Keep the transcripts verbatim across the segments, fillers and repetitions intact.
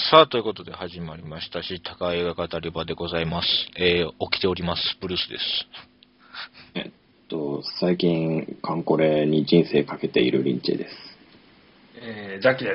さあ、ということで始まりましたし、高映画語り場でございます。えー、起きております。ブルースです。 えっと、最近、カンコレに人生かけているリンチェです。 えー、ジャッキーです。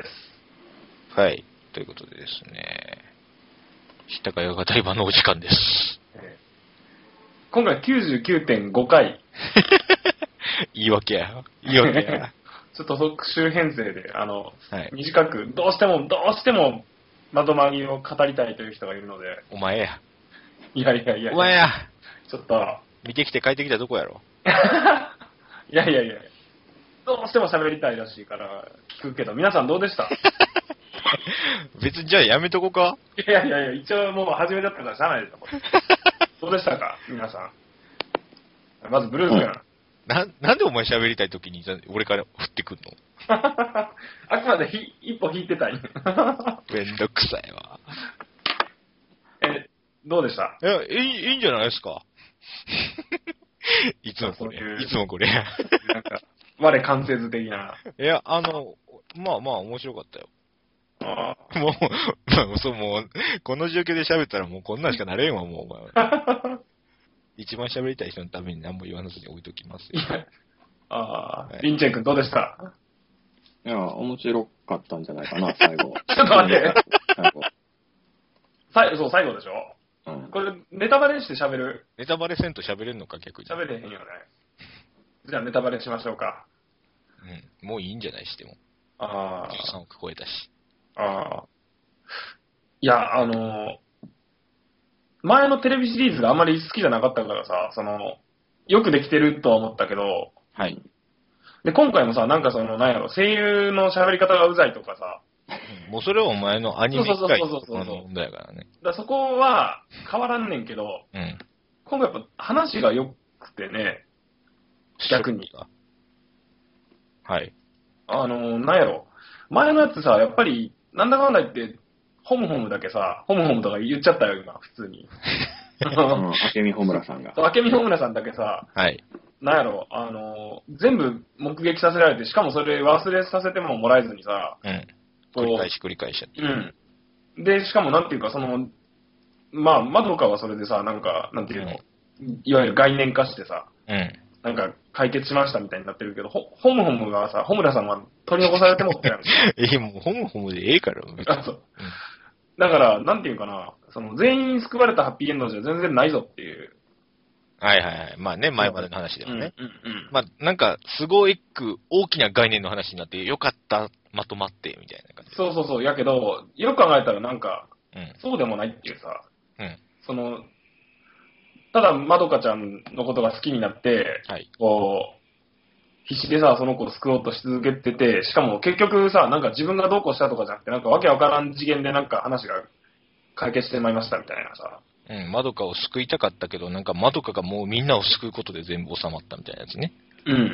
はい。ということでですね、高映画語り場のお時間です。 えー、今回 きゅうじゅうきゅうてんご 回。 言い訳や。言い訳や。 ちょっと特集編成で、あの、 はい、 短く、どうしても、どうしても、まとまりを語りたいという人がいるので。 お前や。 いやいやいや。 お前や。 ちょっと。 見てきて帰ってきたとこやろ。 いやいやいや。どうしても喋りたいらしいから聞くけど、皆さんどうでした？ 別にじゃあやめとこか？ いやいやいや、一応もう初めだったからしゃあないですよ、これ。どうでしたか皆さん。まずブルース君。 な、なんでお前喋りたいときに俺から振ってくんの？ あくまでひ一歩引いてたい。 めんどくさいわ。 え、どうでした？ いや、いい、いいんじゃないですか。いつもこれ。いつもこれ。 なんか、我関せず的な。 いや、あの、まあまあ面白かったよ。 ああ。 もう、もう、そう、もう、この状況で喋ったらもうこんなんしかなれんわ、もうお前。一番喋りたい人のために何も言わなずに置いときますよ。 ああ、はい、リンチェン君どうでした？ いや、面白かったんじゃないかな、最後。 ちょっと待って。最後。最後、そう、最後でしょ？うん。これ、ネタバレして喋る？ ネタバレせんと喋れんのか、逆に。 喋れへんよね。じゃあネタバレしましょうか。 うん。もういいんじゃないしても。 ああ。 じゅうさんおく超えたし。 ああ。いや、あの、前のテレビシリーズがあんまり好きじゃなかったからさ、その、よくできてるとは思ったけど、 はい。 で、今回もさ、なんかその、なんやろ、声優の喋り方がうざいとかさ、 うん、もうそれはお前のアニメ以外の問題やからね。 だからそこは変わらんねんけど、 うん、 今回やっぱ話が良くてね、逆に。 はい。 あの、なんやろ、前のやつさ、やっぱり、なんだかんだ言って、ホムホムだけさ、ホムホムとか言っちゃったよ、今、普通に。 うん、明美穂村さんが。 明美穂村さんだけさ、 はい。 なんやろ、あの、全部目撃させられて、しかもそれ忘れさせてももらえずにさ、 うん。繰り返し繰り返しちゃって。 うん。で、しかもなんていうか、その、まあ、まどかはそれでさ、なんか、なんていうの、うん、いわゆる概念化してさ、 うん。 なんか解決しましたみたいになってるけど、ホホムホムがさ、ホムラさんは取り残されてもってやん。 え、もうホムホムでええから。 あ、そう。うん、だから、なんていうかな、その全員救われたハッピーエンドじゃ全然ないぞっていう。 はいはいはい。まあね、前までの話ではね。 うんうんうん、 まあ、なんか、すごく大きな概念の話になって、よかった、まとまって、みたいな感じ。 そうそうそう。やけど、よく考えたらなんか、 うん、 そうでもないっていうさ、 うん、 その、ただ、まどかちゃんのことが好きになって、 はい、 こう、必死でさ、その子を救おうとし続けてて、しかも結局さ、なんか自分がどうこうしたとかじゃなくて、なんかわけわからん次元でなんか話が解決してまいりましたみたいなさ。 うん、まどかを救いたかったけど、なんかまどかがもうみんなを救うことで全部収まったみたいなやつね。 うんうん。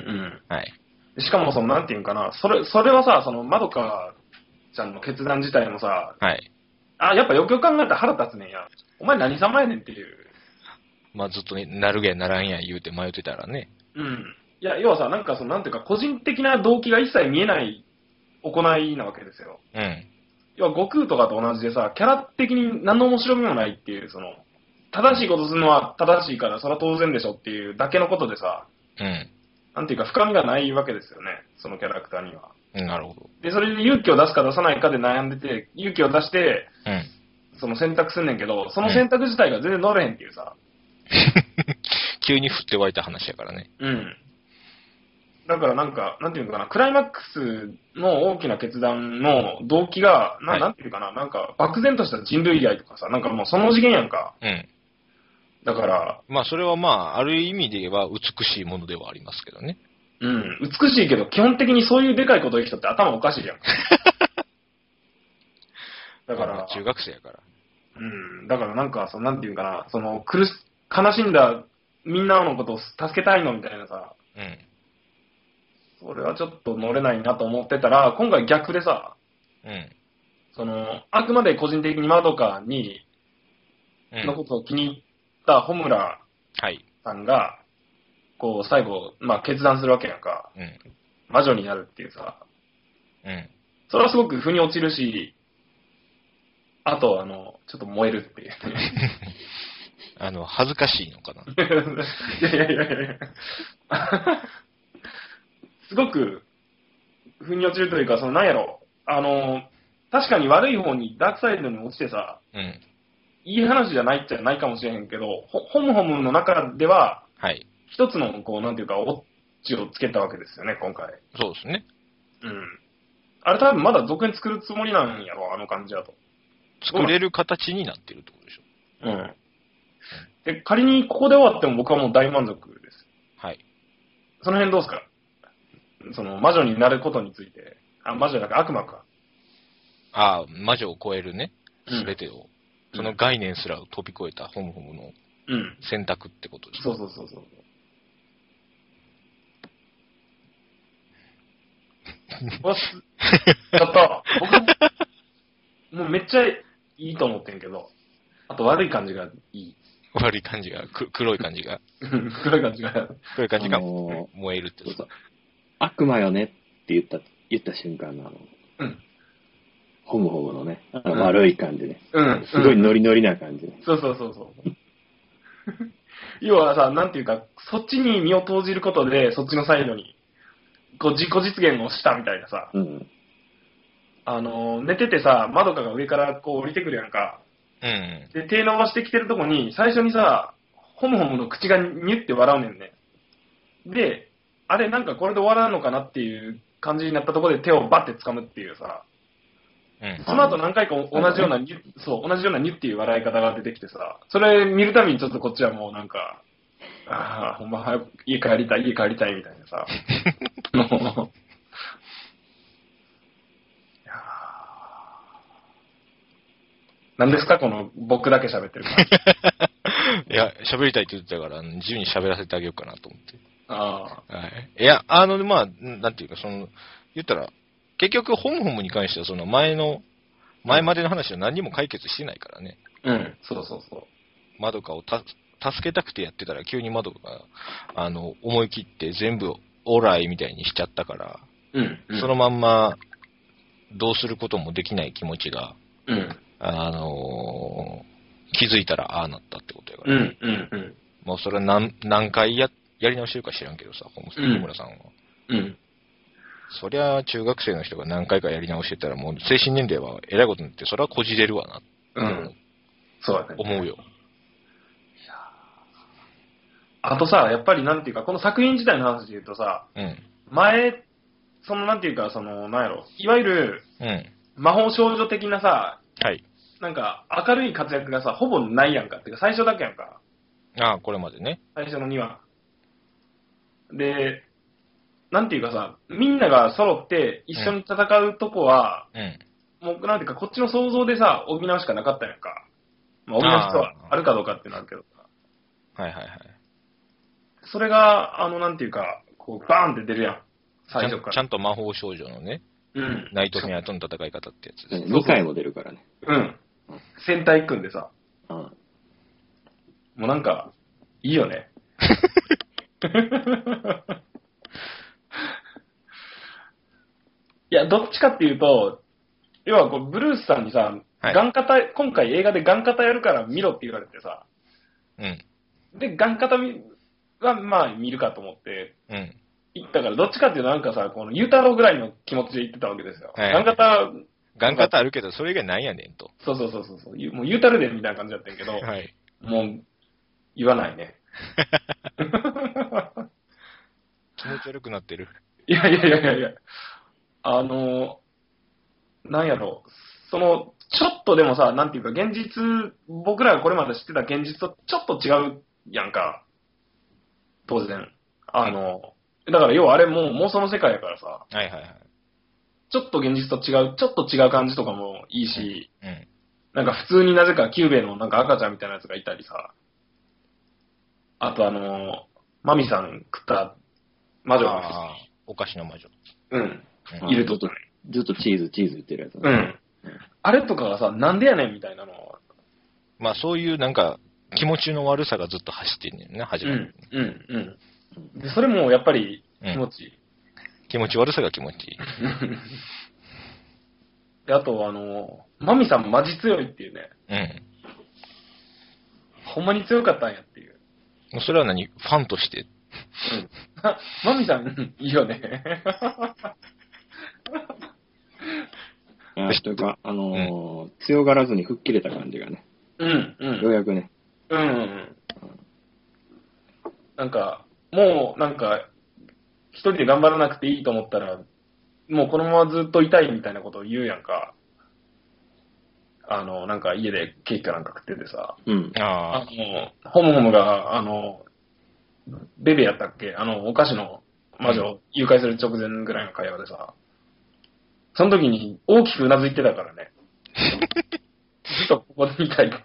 はい。 しかもその、なんていうんかな、それ、それはさ、その、まどかちゃんの決断自体もさ、 はい。 あ、やっぱよくよく考えたら腹立つねんや。お前何様やねんっていう。 まあずっとね、なるげならんや言うて迷ってたらね。 うん。いや、要はさ、なんかその、なんていうか、個人的な動機が一切見えない行いなわけですよ。 うん。 要は、悟空とかと同じでさ、キャラ的に何の面白みもないっていう、その、正しいことするのは正しいから、それは当然でしょっていうだけのことでさ、 うん。 なんていうか、深みがないわけですよね、そのキャラクターには。 なるほど。 で、それで勇気を出すか出さないかで悩んでて、勇気を出して、 うん。 その選択すんねんけど、その選択自体が全然乗れへんっていうさ。 急に降って湧いた話やからね。 うん。だからなんか、なんていうのかな、クライマックスの大きな決断の動機が、な、はい、なんていうかな、なんか漠然とした人類愛とかさ、なんかもうその次元やんか。 うん。 だから。 まあそれはまあ、ある意味で言えば美しいものではありますけどね。 うん。美しいけど、基本的にそういうでかいこと言う人って頭おかしいやん。だから。 中学生やから。 うん。だからなんか、そのなんていうかな、その苦し、悲しんだみんなのことを助けたいのみたいなさ。 うん。 それはちょっと乗れないなと思ってたら、今回逆でさ、 うん。 その、あくまで個人的にまどかに、うん、のことを気に入った穂村さんが、はい、こう、最後、まあ、決断するわけやんか。 うん。 魔女になるっていうさ。 うん。 それはすごく腑に落ちるし、 あと、あの、ちょっと燃えるっていう、ね。 あの、恥ずかしいのかな。 いやいやいやいやすごく、腑に落ちるというか、その、なんやろ、あの、確かに悪い方に、ダークサイドに落ちてさ、うん、いい話じゃないっちゃないかもしれへんけど、ホホムホムの中では、はい。一つの、こう、なんていうか、オチをつけたわけですよね、今回。 そうですね。 うん。あれ多分まだ続編作るつもりなんやろ、あの感じだと。 作れる形になってるってことでしょ。うん。 で、仮にここで終わっても僕はもう大満足です。 はい。 その辺どうですか？その魔女になることについて。あ、魔女だから悪魔か。 ああ、魔女を超えるね、すべてを、うん。その概念すら飛び越えたホムホムの選択ってことです、 うん、そうそうそうそう。わす、ちょっと、僕もうめっちゃいいと思ってんけど、あと悪い感じがいい。 悪い感じが、く黒い感じが。 黒い感じが。 黒い感じが燃えるって、あのー、そうそう。 悪魔よねって言った、言った瞬間のあの、 うん。 ホムホムのね、あの悪い感じね。 うん。 すごいノリノリな感じ、ね。 そうそうそうそう。要はさ、なんていうか、そっちに身を投じることで、そっちのサイドに、こう自己実現をしたみたいなさ。 うん。 あの、寝ててさ、窓かが上からこう降りてくるやんか。 うん。 で、手伸ばしてきてるとこに、最初にさ、ホムホムの口がニュって笑うねんね。で、あれなんかこれで終わらんのかなっていう感じになったところで手をバッて掴むっていうさ。 うん。 その後何回か同じようなニュ、そう、同じようなニュっていう笑い方が出てきてさ、それ見るたびにちょっとこっちはもうなんか、ああ、ほんま早く家帰りたい、家帰りたいみたいなさ。何ですかこの僕だけ喋ってる感じ。いや、喋りたいって言ってたから、自由に喋らせてあげようかなと思って。 ああ。 はい。いや、あの、まあ、なんていうか、その、言ったら、結局、ホムホムに関しては、その前の、前までの話は何にも解決してないからね。 うん、そうそうそう。 まどかをた助けたくてやってたら、急にまどかが、あの、思い切って全部、オーライみたいにしちゃったから、 うん、うん。 そのまんま、どうすることもできない気持ちが、 うん。 あのー、気づいたらああなったってことやから。 うん、うん、うん。 もうそれは何、何回や、やり直してるか知らんけどさ、ホム村さんは。 うん。 そりゃ、中学生の人が何回かやり直してたら、もう精神年齢は偉いことになって、それはこじれるわな。 うん。そうだね。 思うよ。いやあとさ、やっぱりなんていうか、この作品自体の話で言うとさ、 うん。 前、そのなんていうか、その、なんやろ、いわゆる、 うん。 魔法少女的なさ、 はい。 なんか、明るい活躍がさ、ほぼないやんか。っていうか、最初だけやんか。 ああ、これまでね。 最初のにわ。で、なんていうかさ、みんなが揃って一緒に戦うとこは、 うん。 もうなんていうか、こっちの想像でさ、補うしかなかったやんか。まあ、補う必要はあるかどうかっていうのはあるけどさ。 はいはいはい。 それが、あの、なんていうか、こう、バーンって出るやん。最初から。 ちゃんと魔法少女のね、 うん。 ナイトメアとの戦い方ってやつです。 にかいも出るからね。 うん。戦隊組んでさ。 うん。 もうなんか、いいよね。いや、どっちかっていうと、要はこう、ブルースさんにさ、はい、ガンカタ、今回映画でガンカタやるから見ろって言われてさ。 うん。 で、ガンカタはまあ見るかと思って、 うん。 言ったから、どっちかっていうとなんかさ、この、ユータロぐらいの気持ちで言ってたわけですよ。はい、ガンカタ、 ガンカタあるけど、それ以外なんやねんと。 そうそうそうそう。もうユータルデンみたいな感じだったんやけど、 はい。 もう、言わないね。 気持ち悪くなってる。 いやいやいやいやいや。あの、なんやろ、その、ちょっとでもさ、なんていうか、現実、僕らがこれまで知ってた現実とちょっと違うやんか。当然。あの、だから要はあれもう妄想の世界やからさ。 はいはいはい。 ちょっと現実と違う、ちょっと違う感じとかもいいし、 うんうん、 なんか普通になぜかキューベのなんか赤ちゃんみたいなやつがいたりさ。あとあの、マミさん食った魔女が。 ああ、お菓子の魔女。 うん。うん、いるとね。 ずっとチーズ、チーズ言ってるやつ、 ね。うん。あれとかがさ、なんでやねんみたいなのは。 まあそういうなんか、気持ちの悪さがずっと走ってんねんね、始まる。 うん、うん、うん。で、それもやっぱり気持ちいい。 うん、気持ち悪さが気持ちいい。 で、あと、あの、マミさんマジ強いっていうね。 うん。 ほんまに強かったんやっていう。 もうそれは何ファンとして。 うん。マミさん、いいよね。 あというか、あのー、強がらずに吹っ切れた感じがね。 うん、うん。 ようやくね。 うん、うん。なんか、もう、なんか、一人で頑張らなくていいと思ったら、もうこのままずっといたいみたいなことを言うやんか。あの、なんか家でケーキかなんか食っててさ。 うん。 ああ。 あの、ホムホムが、あの、ベベやったっけあの、お菓子の魔女を誘拐する直前ぐらいの会話でさ。その時に大きくうなずいてたからね。ずっとここにいたいって。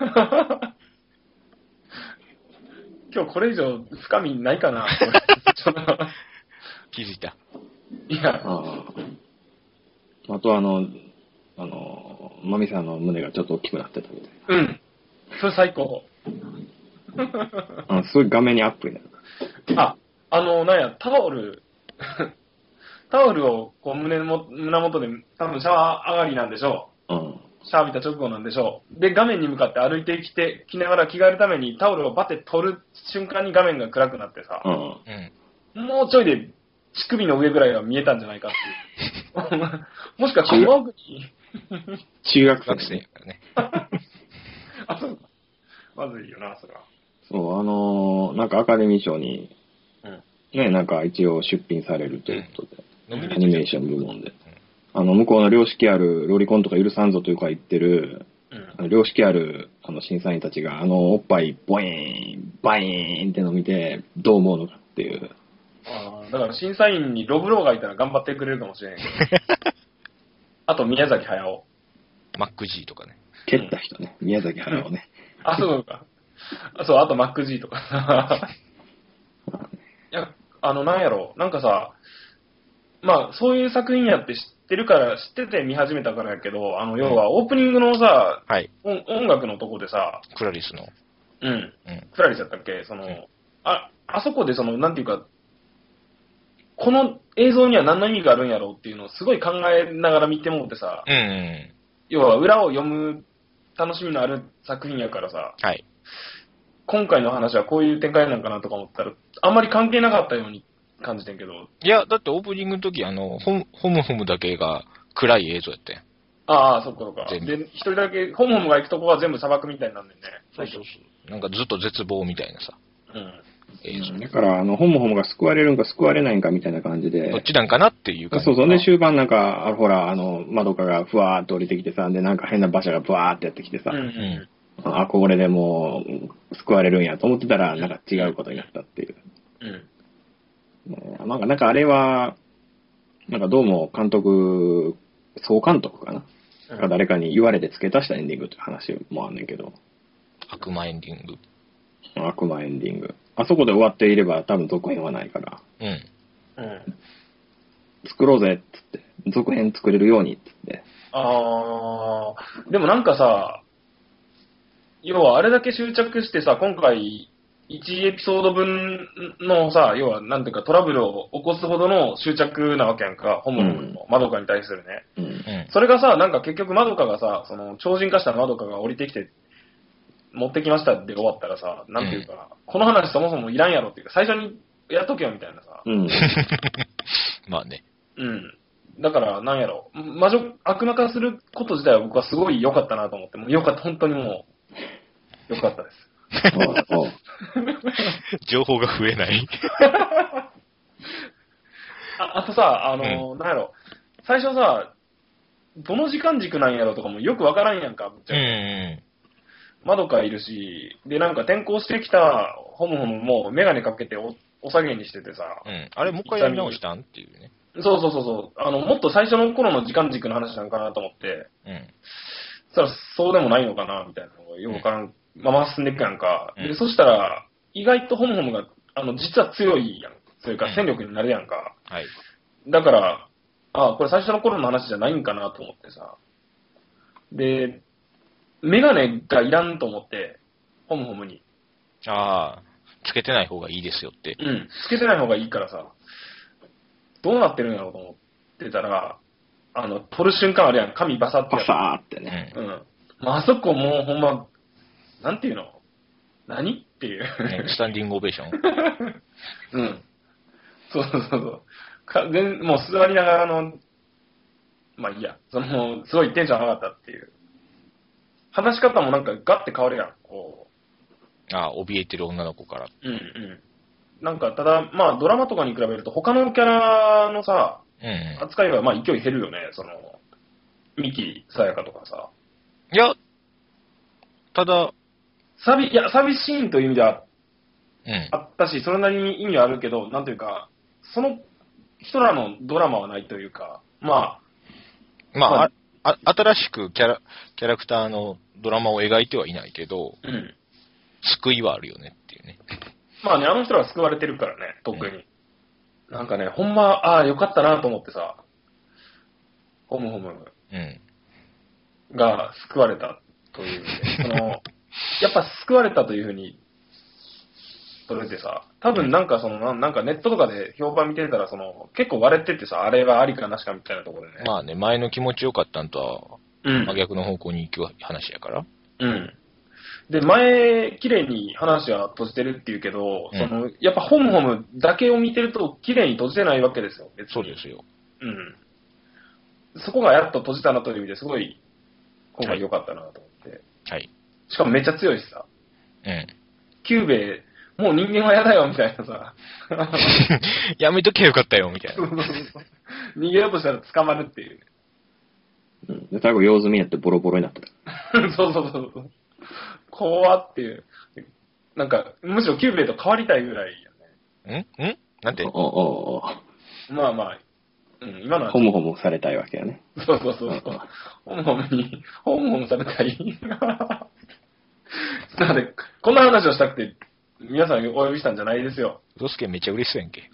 今日これ以上深みないかな気づいた。 いや。 ああ。あとあの、あの、マミさんの胸がちょっと大きくなってたみたいな。うん。それ最高。 あすごい画面にアップになる。 あ、あの、なんや、タオル、タオルをこう胸も胸元で、多分シャワー上がりなんでしょう。 うん。 シャワー浴びた直後なんでしょう。で、画面に向かって歩いてきて、きながら着替えるためにタオルをバテ取る瞬間に画面が暗くなってさ、 うん。 もうちょいで乳首の上ぐらいは見えたんじゃないかっていう。もしかこの奥に。 中学学生ね。 生やからね。 あ、そうか。まずいよな、それは。 そう、あのーなんかアカデミー賞に、 うん。 ね、なんか一応出品されるということで、 うんアニメーション部門で。あの、向こうの良識あるロリコンとか許さんぞというか言ってる、 うん、 良識あるあの審査員たちが、あの、おっぱい、ボイーン、バイーンってのを見て、どう思うのかっていう。 ああ、だから審査員にロブローがいたら頑張ってくれるかもしれないけど。あと、宮崎駿。 マック G とかね。 蹴った人ね、宮崎駿ね。 あ、そうか。あ、そう、あとマック G とか。いや、あの、なんやろ、なんかさ、まあ、そういう作品やって知ってるから、知ってて見始めたからやけど、あの、要は、オープニングのさ、 はい。 音音楽のとこでさ、 クラリスの。 うん。 うん。 クラリスやったっけその、 うんあ、あそこでその、なんていうか、この映像には何の意味があるんやろうっていうのをすごい考えながら見てもってさ、 うんうん。 要は裏を読む楽しみのある作品やからさ、 はい。 今回の話はこういう展開なんかなとか思ったら、あんまり関係なかったように感じてんけど。 いや、だってオープニングの時、あの、ホムホムホムだけが暗い映像やったやん。 ああ、そっかそっか。 全部で、一人だけ、ホムホムが行くとこは全部砂漠みたいになんねんね。 そうそうそう。なんかずっと絶望みたいなさ、 うん。 映像。 だから、あの、ホモホモが救われるんか救われないんかみたいな感じで。 どっちなんかなっていう感じ。 そうそう。で、終盤なんか、あほら、あの、窓かがふわーっと降りてきてさ、で、なんか変な馬車がブワーってやってきてさ、 うんううんん。 あ、これでもう、救われるんやと思ってたら、なんか違うことになったっていう。 うん。 ねなんか、なんかあれは、なんかどうも監督、総監督かな、 うんが誰かに言われて付け足したエンディングって話もあんねんけど、 悪魔エンディング。 悪魔エンディング。あそこで終わっていれば多分続編はないから、 うん。 うん。 作ろうぜっつって、続編作れるようにっつって。 あー、でもなんかさ、要はあれだけ執着してさ、今回、いちエピソード分のさ、要はなんていうかトラブルを起こすほどの執着なわけやんか、ホムホムのマドカに対するね。 うん。 うん。 それがさ、なんか結局マドカがさ、その超人化したマドカが降りてきて、持ってきましたで終わったらさ、なんていうか、この話そもそもいらんやろっていうか、最初にやっとけよみたいなさ。 うん。 まあね。 うん。だから、なんやろ、魔女、悪魔化すること自体は僕はすごい良かったなと思って、もう良かった、本当にもう、良かったです。 おうおう情報が増えない。 ああとさ、あの、なんやろ、最初さ、どの時間軸なんやろとかもよくわからんやんか、ぶっちゃうけ。 ん。 マドカいるし、で、なんか転校してきたホムホムもメガネかけておお下げにしててさ、 うん。あれ、もう一回やり直したんっていうね。 そうそうそうそう、あの、もっと最初の頃の時間軸の話なんかなと思って、 うん。 そしたらそうでもないのかな、みたいなのがよくわからん、まま進んでいくやんか。 うんで、そしたら、意外とホムホムが、あの、実は強いやん。それか戦力になるやんか。 はい。 だから、あこれ最初の頃の話じゃないんかなと思ってさ。で、メガネがいらんと思って、ホムホムに。 ああ、つけてない方がいいですよって。 うん。つけてない方がいいからさ、どうなってるんやろうと思ってたら、 あの、取る瞬間あるやん。髪バサってやつ。 パサーってね。 うん。まあ、あそこもうほんま、なんていうの何っていう。 ね、スタンディングオベーション。 うん。そうそうそう。か全もう座りながらの、まあいいや。その、すごいテンション上がったっていう。話し方もなんかガッて変わるやん。こああ、怯えてる女の子から。 う。うんうん。なんか、ただ、まあドラマとかに比べると他のキャラのさ、 うん、うん。 扱いはまあ勢い減るよね。その、ミキ、さやかとかさ。 いや、ただ、 サビ、いや、サビシーンという意味ではうん。 あったし、それなりに意味はあるけど、なんというか、その人らのドラマはないというか、ままあ、 まああ新しくキャラ、キャラクターのドラマを描いてはいないけど、 あ、うん。 救いはあるよねっていうね。 まあね、あの人らは救われてるからね、特に。なんかね、ほんま、ああ、よかったなと思ってさ、ホムホムうん。 が救われたというね、その、やっぱ救われたというふうに、それでさ、多分なんかその、ななんかネットとかで評判見てたら、その、結構割れててさ、あれはありかなしかみたいなところでね。 まあね、前の気持ちよかったんとは、 うん。 真逆の方向に行く話やから。 うん。で、前、綺麗に話は閉じてるっていうけど、 うんその、やっぱホムホムだけを見てると綺麗に閉じてないわけですよ、別に。 そうですよ。 うん。そこがやっと閉じたなという意味ですごい、今回良かったなと思って。 はい。 しかもめっちゃ強いしさ。 うん。 キューベイ、もう人間は嫌だよ、みたいなさ。 やめとけばよかったよ、みたいな。 逃げようとしたら捕まるっていう。 うん。で、最後、用済みやってボロボロになってた。 そうそうそうそう。怖っていう。なんか、むしろキューベイと変わりたいぐらいよね。 んんなんておおおまあまあ、うん、今のは。 ホムホムされたいわけよね。 そうそうそうそう。ホムホムに、ホムホムされたい。なので、こんな話をしたくて、皆さんお呼びしたんじゃないですよ。 ゾスケめっちゃ嬉しそうやんけ。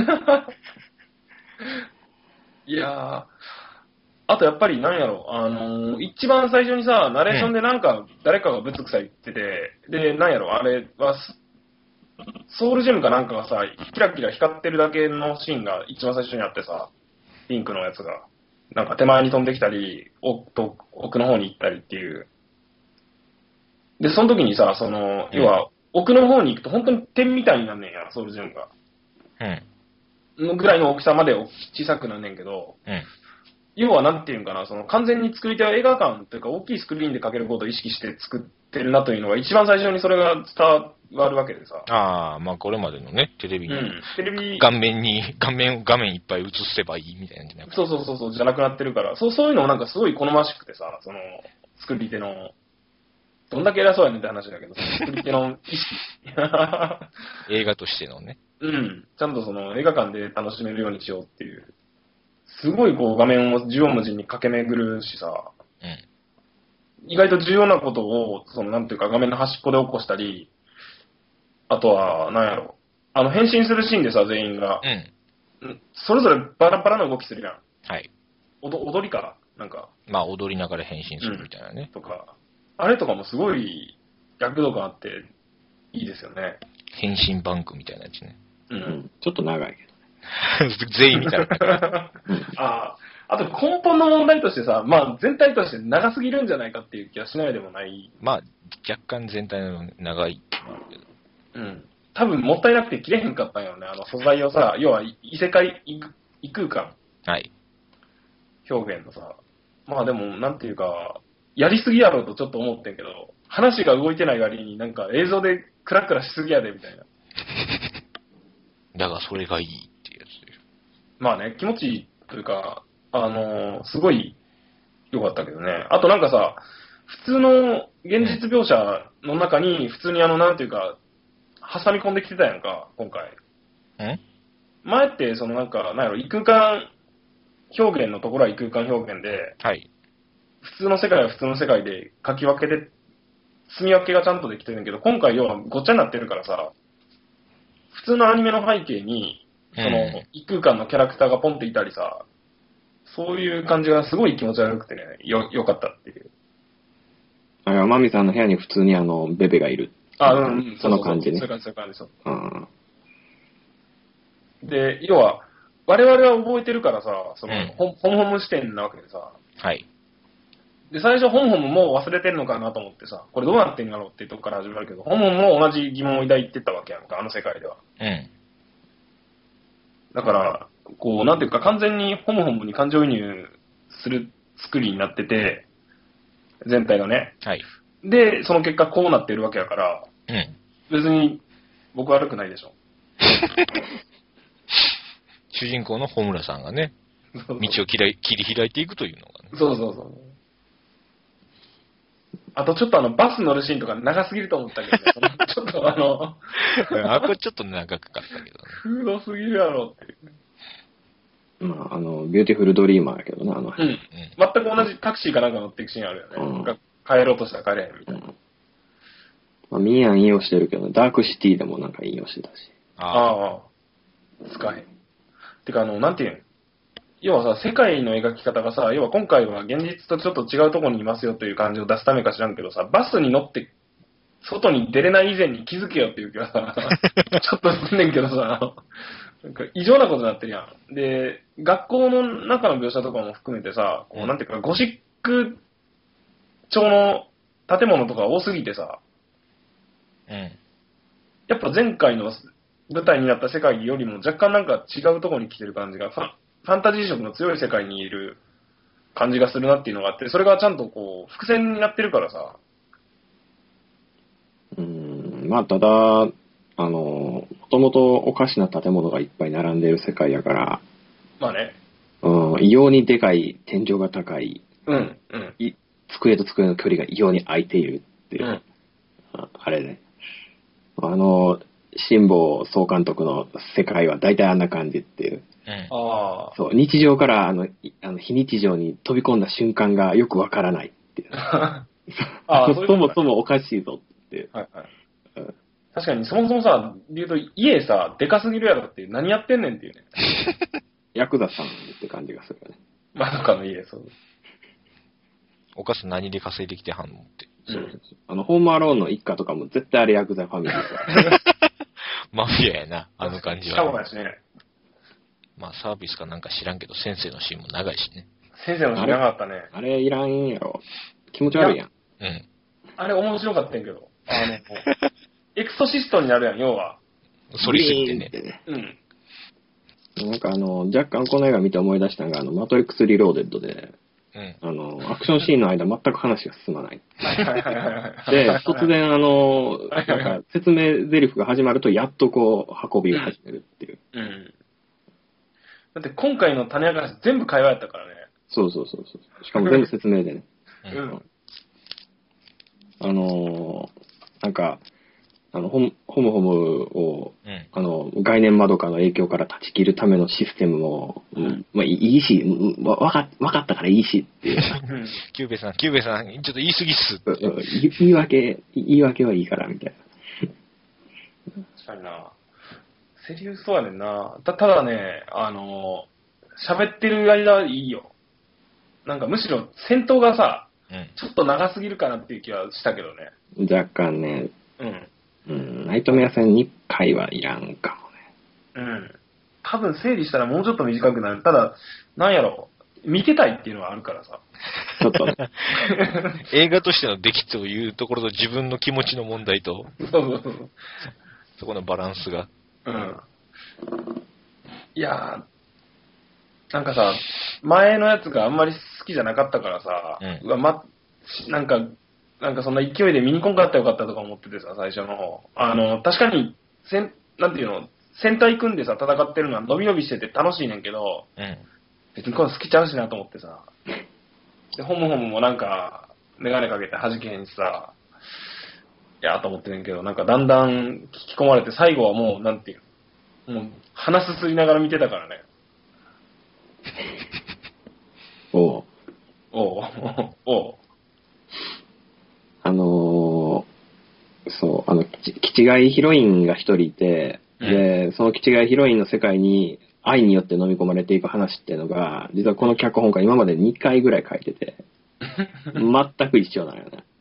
いやー、あとやっぱりなんやろ、あのー一番最初にさ、ナレーションでなんか誰かがぶつくさ言ってて、で、なんやろ、あれは、ソウルジェムかなんかがさ、キラキラ光ってるだけのシーンが一番最初にあってさ、ピンクのやつが、なんか手前に飛んできたり、奥と奥の方に行ったりっていう。で、その時にさ、その、要は、奥の方に行くと本当に点みたいになんねんや、ソウルジェムが。 うん。 のぐらいの大きさまで小さくなんねんけど、 うん。 要はなんていうんかな、その完全に作り手は映画館というか大きいスクリーンでかけることを意識して作ってるなというのが一番最初にそれが伝わるわけでさ。 ああ、まあこれまでのね、テレビに、 うん。テレビ、 顔面に、画面、画面いっぱい映せばいいみたいなんじゃなくて。 そうそうそうそう、じゃなくなってるから、そうそういうのもなんかすごい好ましくてさ、その、作り手の、どんだけ偉そうやねんって話だけど、作り手の意識。 映画としてのね。 うん。ちゃんとその映画館で楽しめるようにしようっていう。すごいこう画面を縦横無尽に駆け巡るしさ、 うん。 意外と重要なことを、そのなんていうか画面の端っこで起こしたり、あとは、なんやろ、あの変身するシーンでさ、全員が、 うん。 んそれぞれバラバラな動きするやん。 はい。 踊踊りかなんか、 まあ踊りながら変身するみたいなね。 とか、あれとかもすごい躍動感あっていいですよね。 変身バンクみたいなやつね。 う。 うんん。ちょっと長いけど。 全員みたいな。 ああ、あと根本の問題としてさ、まあ全体として長すぎるんじゃないかっていう気はしないでもない。 まあ、若干全体の長い。 うん。多分もったいなくて切れへんかったんよね。あの素材をさ、要は異世界、異異空間はい。 表現のさ。まあでも、なんていうか、やりすぎやろうとちょっと思ってんけど、話が動いてない割になんか映像でクラクラしすぎやでみたいな。 だがそれがいいっていうやつでしょ。 まあね、気持ちいいというか、あのーすごい良かったけどね。あとなんかさ、普通の現実描写の中に普通にあの、なんていうか、挟み込んできてたやんか、今回。 ん前って、そのなんか、なんやろ、異空間表現のところは異空間表現で、 はい。 普通の世界は普通の世界で書き分けで、住み分けがちゃんとできてるんだけど、今回要はごっちゃになってるからさ、普通のアニメの背景に、そのうん、 異空間のキャラクターがポンっていたりさ、そういう感じがすごい気持ち悪くてね、よ、よかったっていう。 あれはマミさんの部屋に普通にあの、ベベがいる。 あ、うん、うん、 その感じねそういう感じ、そういう感じ、そう。 うん。 で、要は、 我々は覚えてるからさ、その、 うんホホムホム視点なわけでさ、 はい。 で、最初、ホムホムもう忘れてんのかなと思ってさ、これどうなってんだろうっていうとこから始まるけど、ホムホムも同じ疑問を抱いてたわけやんか、あの世界では。 うん。 だから、こう、なんていうか、完全にホムホムに感情移入する作りになってて、全体がね。 はい。 で、その結果こうなってるわけやから、 うん。 別に僕悪くないでしょ。 主人公の穂村さんがね、 そうそう道を切り切り開いていくというのがね。 そうそうそう。あとちょっとあの、バス乗るシーンとか長すぎると思ったけど、ね、ちょっとあの、 あ、これちょっと長かったけどね。 フードすぎるやろっていう。 まあ、あの、ビューティフルドリーマーやけどな、あのう辺。 ん。全く同じタクシーかなんか乗っていくシーンあるよね。 うんが帰ろうとしたら帰れへんみたいな。 うんまあ、ミーヤン引用してるけど、ダークシティでもなんか引用してたし。 ああ。 ああ。使えへん。てかあの、なんていうん要はさ、世界の描き方がさ、要は今回は現実とちょっと違うところにいますよという感じを出すためか知らんけどさ、バスに乗って、外に出れない以前に気づけよっていう気はさ、ちょっとすんねんけどさ、なんか異常なことになってるやん。で、学校の中の描写とかも含めてさ、こうなんていうか、ゴシック調の建物とか多すぎてさ、 うん。 やっぱ前回の舞台になった世界よりも若干なんか違うところに来てる感じが、ファンファンタジー色の強い世界にいる感じがするなっていうのがあって、それがちゃんとこう、伏線になってるからさ。 うーん、まあ、ただ、あの、もともとおかしな建物がいっぱい並んでいる世界やから、 まあね。 うん、異様にでかい、天井が高い、 うん、うん。 い机と机の距離が異様に空いているっていう、 うんああれね。あの、辛坊総監督の世界は大体あんな感じっていう。 うん。 ああ。 そう、日常からあの、いあの非日常に飛び込んだ瞬間がよくわからないっていう。 ああ、そういうことそもかそもおかしいぞっていう。 はいはい。 うん確かに、そもそもさ、言うと、家さ、でかすぎるやろっていう、何やってんねんっていうね。 ヤクザさんって感じがするよね。 まさかの家、そう。 お母さん何で稼いできてはんのって。 そうそうそうあの、ホームアローンの一家とかも絶対あれヤクザファミリーですよ。 マフィアやな、あの感じしかもは。 やしね。 まあサービスかなんか知らんけど、先生のシーンも長いしね。 先生の知らなかったね。 あれいらんやろ。気持ち悪いやん。 うん。 あれ面白かったんやけど。あの、エクソシストになるやん、要は。 それすぎてね。 ね。 うん。 なんかあの、若干この映画見て思い出したのが、あの、マトリックスリローデッドで、 うん。 あの、アクションシーンの間全く話が進まない。 はいはいはいはい。 で、突然あの、 はいはいはいなんか説明台詞が始まると、やっとこう、運びを始めるっていう。 うん。だって今回の種明かし全部会話やったからね。 そうそうそうそう。しかも全部説明でね。 うんうん。 あのーなんか、あの、ホムホムホムを、 うん。 あの、概念窓かの影響から断ち切るためのシステムも、うんまあ、いいし、うんわわかわかったからいいしっていう。 キューベさん、キューベさん、ちょっと言い過ぎっす。 うんうん言言い訳、言い訳はいいから、みたい確かにな。セリフそうやねんな。たただね、あの、喋ってる間はいいよ。なんかむしろ戦闘がさ、 うん。 ちょっと長すぎるかなっていう気はしたけどね。 な。若干ね、 うん。 うん、ナイトメア戦にかいはいらんかもね。 うん。多分整理したらもうちょっと短くなる。ただ、なんやろ、見てたいっていうのはあるからさ。 ちょっとね。 映画としての出来というところと自分の気持ちの問題と、 そうそうそう。 そこのバランスが。 うん。いやー、なんかさ、前のやつがあんまり好きじゃなかったからさ、 うんわま、なんか、なんかそんな勢いで見に来んかったらよかったとか思っててさ、最初の方。あの、確かに、せん、なんていうの、戦隊組んでさ、戦ってるのは伸び伸びしてて楽しいねんけど、 うん。 別にこれ好きちゃうしなと思ってさ。で、ホムホムもなんか、メガネかけて弾けへんしさ、いやーと思ってんねんけど、なんかだんだん聞き込まれて、最後はもう、なんていうの、もう、鼻すすりながら見てたからね。 おうおう、おう。 あのーそう、あの、き気違いヒロインが一人いて、で、その気違いヒロインの世界に愛によって飲み込まれていく話っていうのが、実はこの脚本家今までにかいぐらい書いてて、全く一緒なんよね。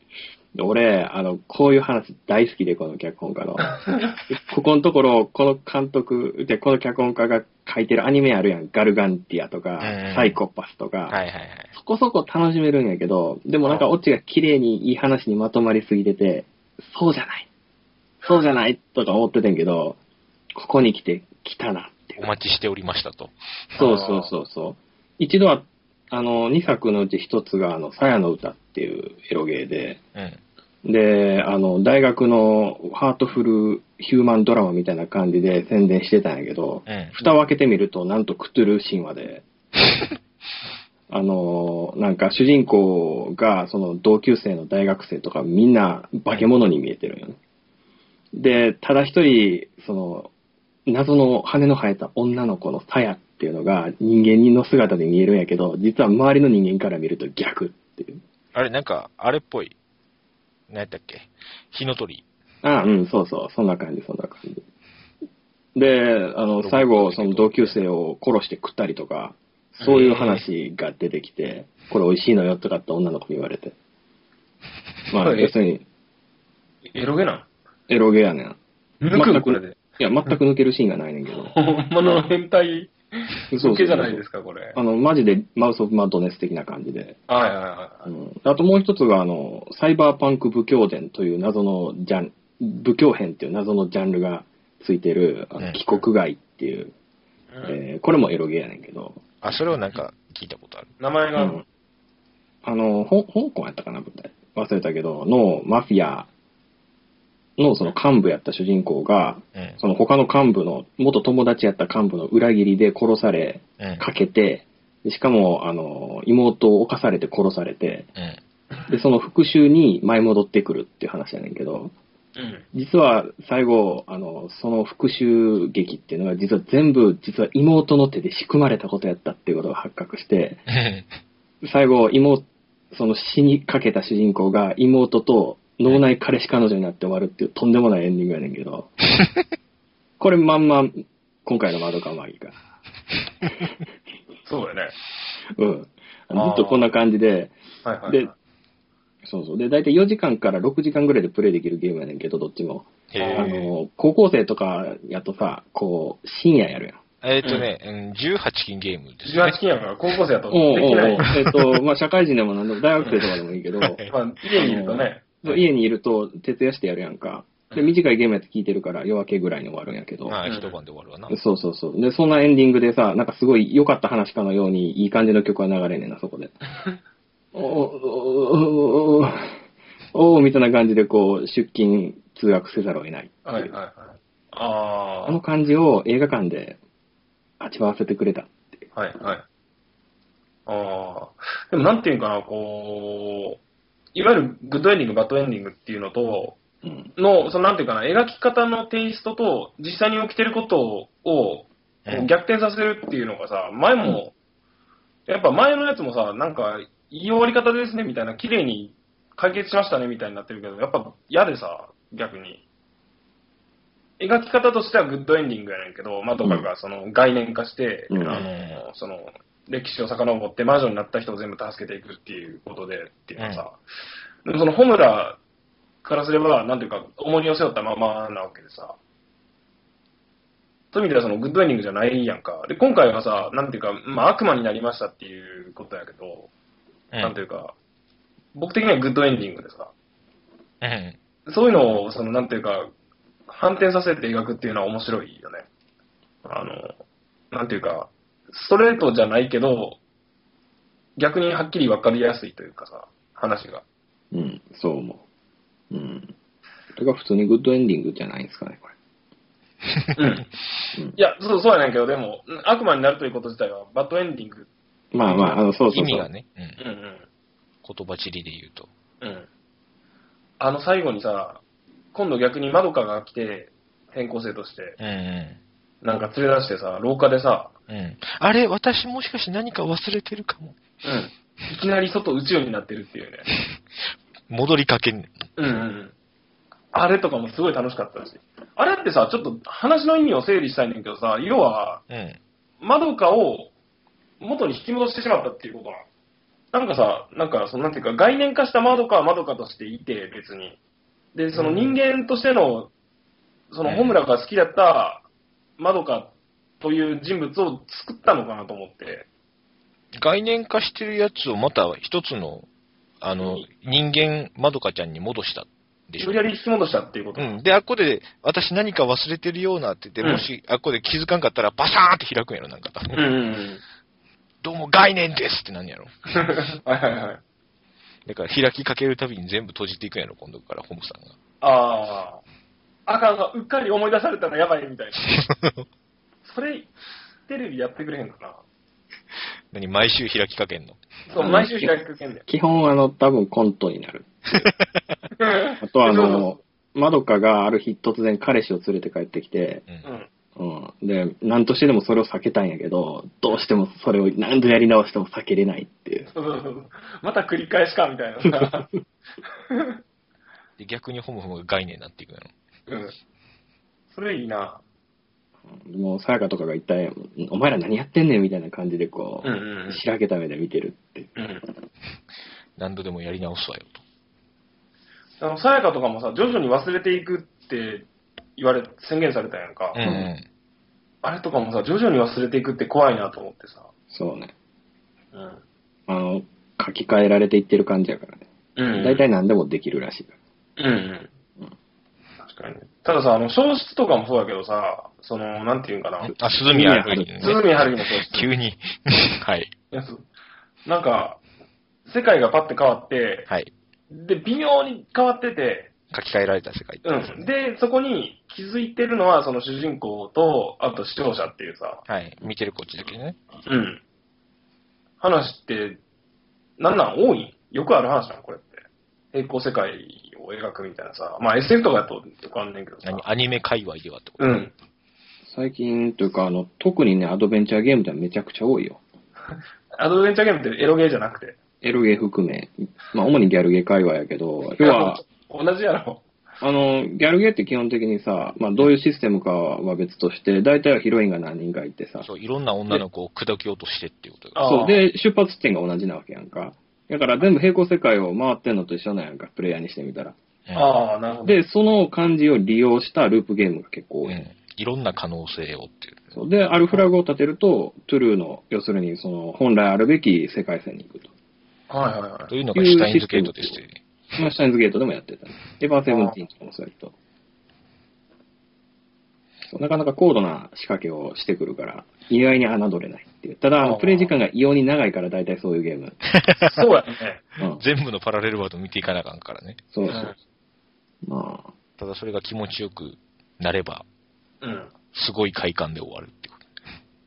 で俺、あの、こういう話大好きで、この脚本家の。ここのところ、この監督、で、この脚本家が書いてるアニメあるやん。ガルガンティアとか、 うん、 サイコパスとか、 はいはいはい。 そこそこ楽しめるんやけど、でもなんかオチが綺麗にいい話にまとまりすぎてて、そうじゃない。そうじゃないとか思ってたんやけど、ここに来て、来たなっていう。 お待ちしておりましたと。 そうそうそうそう。一度は、あの、にさくのうちひとつが、あの、鞘の歌っていうエロゲーで、 うん。 で、あの、大学のハートフルヒューマンドラマみたいな感じで宣伝してたんやけど、 うん。 蓋を開けてみると、なんとクトゥル神話で、あの、なんか主人公が、その同級生の大学生とかみんな化け物に見えてるんよね。で、ただ一人、その、謎の羽の生えた女の子の鞘っていうのが人間の姿で見えるんやけど、実は周りの人間から見ると逆っていう。 あれ、なんか、あれっぽい。何やったっけ火の鳥。 ああ、うん、そうそう、そんな感じ、そんな感じ。で、あの、最後、その同級生を殺して食ったりとか、そういう話が出てきて、これ美味しいのよとかって女の子に言われて。まあ、要するに、 エロゲなんエロゲやねん。 抜くのこれで。 いや、全く抜けるシーンがないねんけど。 ほんまの変態そう抜けじゃないですか、これ。 あの、マジでマウス・オブ・マッドネス的な感じで。 はいはいはい。 うん、あともう一つが、あの、サイバーパンク武教伝という謎のジャン、武教編っていう謎のジャンルがついてる、あの帰国外っていう、 うんえーこれもエロゲやねんけど。 あ、それをなんか聞いたことある。 名前が、 うんあの、ほ香港やったかな、舞台。忘れたけど、のマフィアのその幹部やった主人公が、 うん。 その他の幹部の、元友達やった幹部の裏切りで殺され、 うん。 かけて、でしかも、あの、妹を犯されて殺されて、 うん。 で、その復讐に舞い戻ってくるっていう話やねんけど、 うん。 実は最後、あの、その復讐劇っていうのが実は全部、実は妹の手で仕組まれたことやったっていうことが発覚して、最後、妹、その死にかけた主人公が妹と脳内彼氏彼女になって終わるっていうとんでもないエンディングやねんけど、これまんま今回のマドカマギか。 そうだよね。 うん。ずっとこんな感じで、 はいはい、はい。 で、そうそう。で、だいたいよじかんからろくじかんぐらいでプレイできるゲームやねんけど、どっちも。 へあーの、高校生とかやとさ、こう、深夜やるやん。 えっとね、うん、じゅうはち禁ゲームですじゅうはちね。 禁やから高校生だとでおうおうおうきない。 えっと、まあ、社会人でもなんでも大学生とかでもいいけど、 まあ、家にいるとね。 そう家にいると徹夜してやるやんか。で、短いゲームやつ聞いてるから夜明けぐらいに終わるんやけど。 まあ、一晩で終わるわな。 そうそうそう。で、そんなエンディングでさ、なんかすごい良かった話かのようにいい感じの曲が流れんねんな、そこで。おーおーおーおーみたいな感じでこう、出勤、通学せざるを得ないっていう。 はいはいはい。ああの感じを映画館で味わわせてくれたっていう。 あ。はいはい。ああ。でもなんていうかな、こう、いわゆるグッドエンディング、バッドエンディングっていうのと、 うん。 の、そのなんていうかな、描き方のテイストと、実際に起きてることを、こう逆転させるっていうのがさ、前も、やっぱ前のやつもさ、なんか、いい終わり方ですね、みたいな、綺麗に解決しましたね、みたいになってるけど、やっぱ嫌でさ、逆に。描き方としてはグッドエンディングやねんけど、まあ、とかがその概念化して、 うんあの、その、歴史を遡って魔女になった人を全部助けていくっていうことで、っていうのはさ、でもそのホムラからすれば、なんていうか、重荷を背負ったままなわけでさ、そういう意味ではそのグッドエンディングじゃないやんか。で、今回はさ、なんていうか、まあ悪魔になりましたっていうことやけど、 うんなんていうか、僕的にはグッドエンディングでさ、 うん。 そういうのを、その、なんていうか、反転させて描くっていうのは面白いよね。あの、なんていうか、ストレートじゃないけど、逆にはっきり分かりやすいというかさ、話が。 うん、そう思う。うん。それが普通にグッドエンディングじゃないんですかね、これ。 うん。いや、そう、そうやねんけど、でも、悪魔になるということ自体は、バッドエンディング。 まあまあ、あの、そうそうそう。 意味がね、うん、 うんうん。 言葉尻で言うと。 うん。あの最後にさ、今度逆にマドカが来て、変更生として、 うんうなんか連れ出してさ、廊下でさ、 ん。うん。あれ、私もしかして何か忘れてるかも。 うん。いきなり外宇宙になってるっていうね。 戻りかけんねん。 うんうんうん。あれとかもすごい楽しかったし。あれってさ、ちょっと話の意味を整理したいねんけどさ、要は、 うん。 マドカを元に引き戻してしまったっていうことなの。 なんかさ、なんか、そのなんていうか、概念化したまどかはまどかとしていて、別に。で、その人間としての、その、ホムラが好きだったまどかという人物を作ったのかなと思って。 概念化してるやつをまた一つの、あの、人間まどかちゃんに戻したでしょ。 無理やり引き戻したっていうこと。 うん。で、あっこで、私何か忘れてるようなって言って、 うん、 もし、あっこで気づかんかったら、バサーンって開くんやろ、なんか。 うんうんうん。 どうも概念ですってなんやろ。 はいはいはい。 だから開きかけるたびに全部閉じていくんやろ、今度からホムさんが。 ああ。あかんが、うっかり思い出されたらやばいみたいな。それ、テレビやってくれへんかな。 何、毎週開きかけんの？ そう、毎週開きかけんねん。 基本、あの、多分コントになる。あとは、あの、まどかがある日突然彼氏を連れて帰ってきて、 うん。 うん。で、何としてでもそれを避けたんやけど、どうしてもそれを何度やり直しても避けれないっていう。 そうそうそう。また繰り返しかみたいなさ。 で逆にホムホムが概念になっていくの。 うん。それいいな。 もう、さやかとかが一体、お前ら何やってんねんみたいな感じでこう、 うんうんうん、 しらけた目で見てるって。 うん。 何度でもやり直すわよと。あの、さやかとかもさ、徐々に忘れていくって言われ、宣言されたやんか。 うんうん。 あれとかもさ、徐々に忘れていくって怖いなと思ってさ。 そうね。 うん。 あの、書き換えられていってる感じやからね。 うん、うん。 大体何でもできるらしいから。 うんうん。うん。確かにね。たださ、あの、消失とかもそうだけどさ、その、なんていうんかな。 あ、鈴宮春日、ね。 鈴宮春日もそうです。 急に。はい。 いや、そう。なんか、世界がパッて変わって、 はい。 で、微妙に変わってて、 書き換えられた世界って、 ね、うん。で、そこに気づいてるのは、その主人公と、あと視聴者っていうさ。 はい。見てるこっちだけね。 うん。話って、なんなん多いよくある話なのこれって。平行世界を描くみたいなさ。まあ エスエフ とかだとよくあんねんけどさ。 何アニメ界隈ではってこと？ うん。 最近というか、あの、特にね、アドベンチャーゲームってめちゃくちゃ多いよ。 アドベンチャーゲームってエロゲーじゃなくて。 エロゲー含め。まあ、主にギャルゲー界隈やけど、要は、 同じやろ。 あの、ギャルゲーって基本的にさ、まあ、どういうシステムかは別として、大体はヒロインが何人かいてさ。 そう、いろんな女の子を口説き落としてっていうことだ。そう。で、出発地点が同じなわけやんか。だから全部平行世界を回ってんのと一緒なんやんか、プレイヤーにしてみたら。 うん、 ああ、なるほど。 で、その感じを利用したループゲームが結構多い。うん、 いろんな可能性をっていう。 そう。で、あるフラグを立てると、トゥルーの、要するに、その、本来あるべき世界線に行くと。 はいはいはい。 というのがシュタインズゲートですね。 まあ、シュタインズゲートでもやってた。エヴァーセブンティーンとかもそうやけど。なかなか高度な仕掛けをしてくるから、意外に侮れないっていう。ただ、プレイ時間が異様に長いから大体そういうゲーム。 そうやね、 うん。全部のパラレルワード見ていかなあかんからね。 そうそう。うん、まあ。 ただそれが気持ちよくなれば、 うん。 すごい快感で終わるってこと。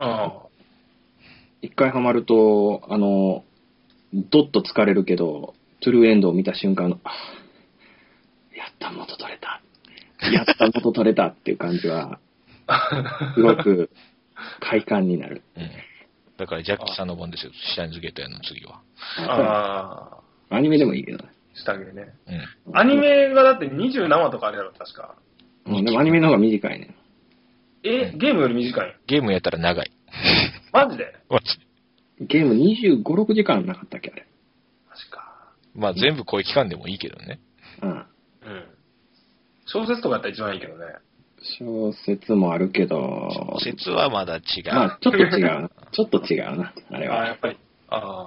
ああ。 一回ハマると、あの、どっと疲れるけど、トゥルーエンドを見た瞬間の、あやった元取れた。やった元取れたっていう感じは、すごく快感になる。 うん。だからジャッキさんの番ですよ、シュタインズゲートやの次は。 ああ。アニメでもいいけどね。 下着ね。 うん。 アニメがだってにじゅうななわとかあるやろ、確か。 うん、でもアニメの方が短いね。 え、ゲームより短い？ ゲームやったら長い。 マジで？ マジで。ゲームにじゅうご、ろくじかんなかったっけ、あれ。 マジか。 まあ全部声聞かんでもいいけどね。 うん。 うん。小説とかやったら一番いいけどね。 小説もあるけど。 小説はまだ違う。 まあ、ちょっと違うな。ちょっと違うな、あれは。 あ、やっぱり。ああ。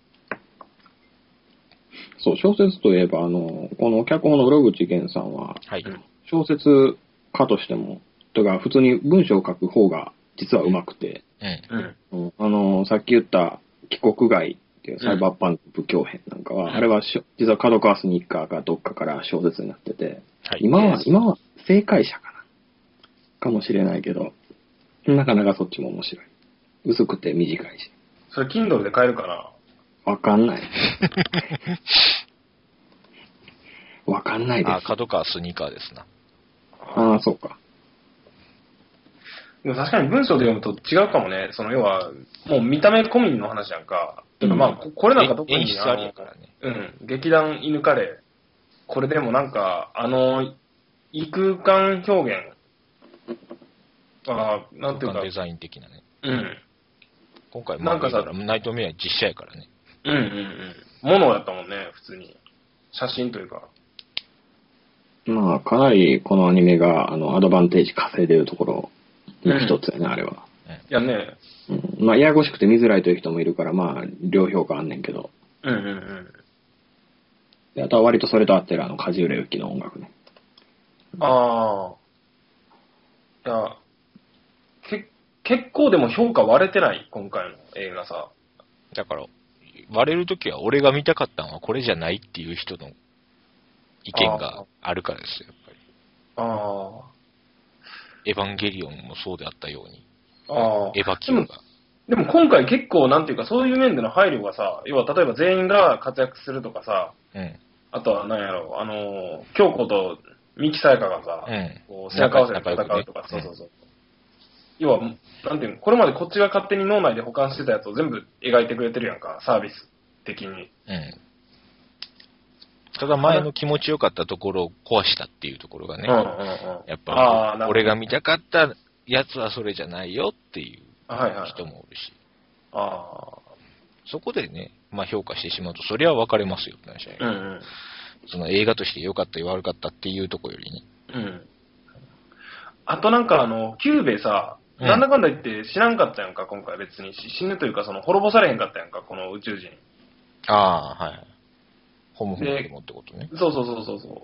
そう、小説といえば、あの、この脚本の室口源さんは、 はい。 小説家としても、とか、普通に文章を書く方が実は上手くて、 うん。 うん、あの、さっき言った帰国外っていうサイバーパンク武教編なんかは、うん、あれはしょ実は角川スニッカーかどっかから小説になってて、はい、今は、今は正解者かな。かもしれないけど、なかなかそっちも面白い。薄くて短いし。 それ、Kindle で買えるかな？ わかんない。わかんないです。 あ、角川スニーカーですな。 ああ、そうか。 でも確かに文章で読むと違うかもね。その要は、もう見た目込みの話なんか。うん、まあ、これなんか特に演出ありやからね。 うん。劇団犬カレー。これでもなんか、あの、異空間表現。ああ、なんていうか。 デザイン的なね。 うん。 今回、なんかさ、ナイトメア実写やからね。 うんうんうん。ものだったもんね、普通に。写真というか。 まあ、かなりこのアニメが、あの、アドバンテージ稼いでるところの一つやね、うん、あれは。 いやね。 うん。まあ、ややこしくて見づらいという人もいるから、まあ、両評価あんねんけど。 うんうんうん。 であとは割とそれと合ってるあの、梶浦由記の音楽ね。 ああ。いや、け、結構でも評価割れてない、今回の映画さ。 だから、割れるときは俺が見たかったのはこれじゃないっていう人の意見があるからですよ、やっぱり。 ああ。 エヴァンゲリオンもそうであったように。 ああ。 エヴァキューが。 でも今回結構なんていうかそういう面での配慮がさ、要は例えば全員が活躍するとかさ、 うん。 あとは何やろう、あの、京子と三木沙耶香がさ、 うん、 こう背中合わせで戦うとか、ね、そうそうそう。うん、要は、なんていうの、これまでこっちが勝手に脳内で保管してたやつを全部描いてくれてるやんか、サービス的に。 うん。ただ前の気持ちよかったところを壊したっていうところがね、 うんうんうん、 やっぱり俺が見たかったやつはそれじゃないよっていう人もおるし、 はいはい、あそこでね、まあ、評価してしまうとそれは分かれますよって話、 うんうん、 その映画として良かった悪かったっていうところよりね、 うん、あとなんかあのキューベさ、うん、なんだかんだ言って知らんかったやんか今回別に死ぬというかその滅ぼされへんかったやんかこの宇宙人。 ああ、はい。ホムホムでもってことね。 そうそうそうそうそう。